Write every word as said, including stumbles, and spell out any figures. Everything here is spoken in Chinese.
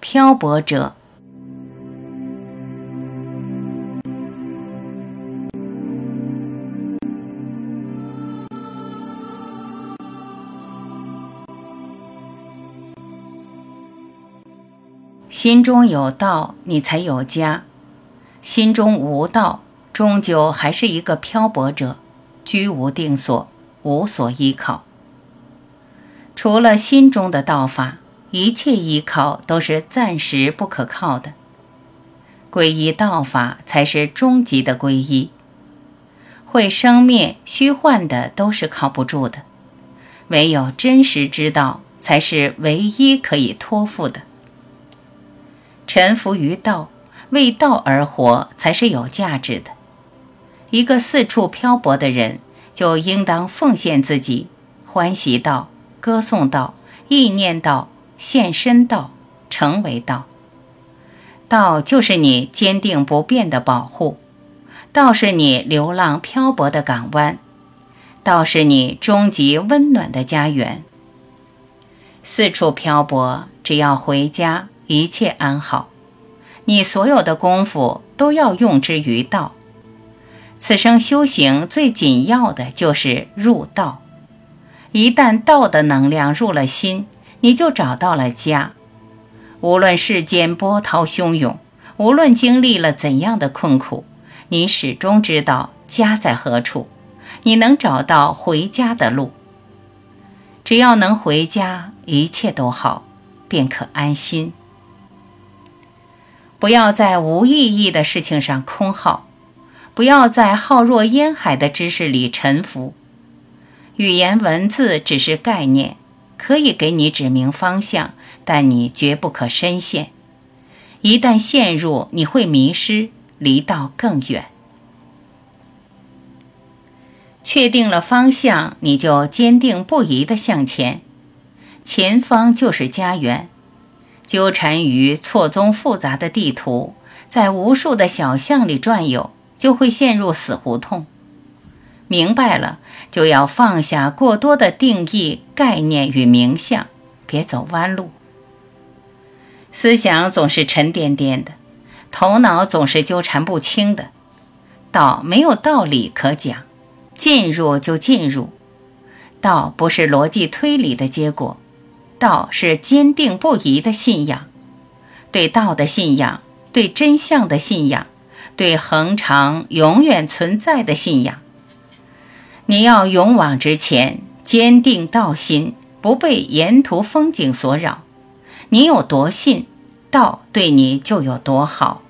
漂泊者。心中有道，你才有家；心中无道，终究还是一个漂泊者，居无定所，无所依靠。除了心中的道法，一切依靠都是暂时不可靠的。皈依道法才是终极的皈依。会生灭虚幻的都是靠不住的，唯有真实之道才是唯一可以托付的。臣服于道，为道而活才是有价值的。一个四处漂泊的人，就应当奉献自己，欢喜道，歌颂道，意念道，献身道，成为道。道就是你坚定不变的保护，道是你流浪漂泊的港湾，道是你终极温暖的家园。四处漂泊，只要回家，一切安好。你所有的功夫都要用之于道。此生修行最紧要的就是入道。一旦道的能量入了心，你就找到了家。无论世间波涛汹涌，无论经历了怎样的困苦，你始终知道家在何处，你能找到回家的路。只要能回家，一切都好，便可安心。不要在无意义的事情上空耗，不要在浩若烟海的知识里沉浮。语言文字只是概念，可以给你指明方向，但你绝不可深陷。一旦陷入，你会迷失，离道更远。确定了方向，你就坚定不移地向前，前方就是家园。纠缠于错综复杂的地图，在无数的小巷里转悠，就会陷入死胡同。明白了，就要放下过多的定义、概念与名相，别走弯路。思想总是沉甸甸的，头脑总是纠缠不清的。道没有道理可讲，进入就进入。道不是逻辑推理的结果，道是坚定不移的信仰。对道的信仰，对真相的信仰，对恒常永远存在的信仰。你要勇往直前，坚定道心，不被沿途风景所扰。你有多信，道对你就有多好。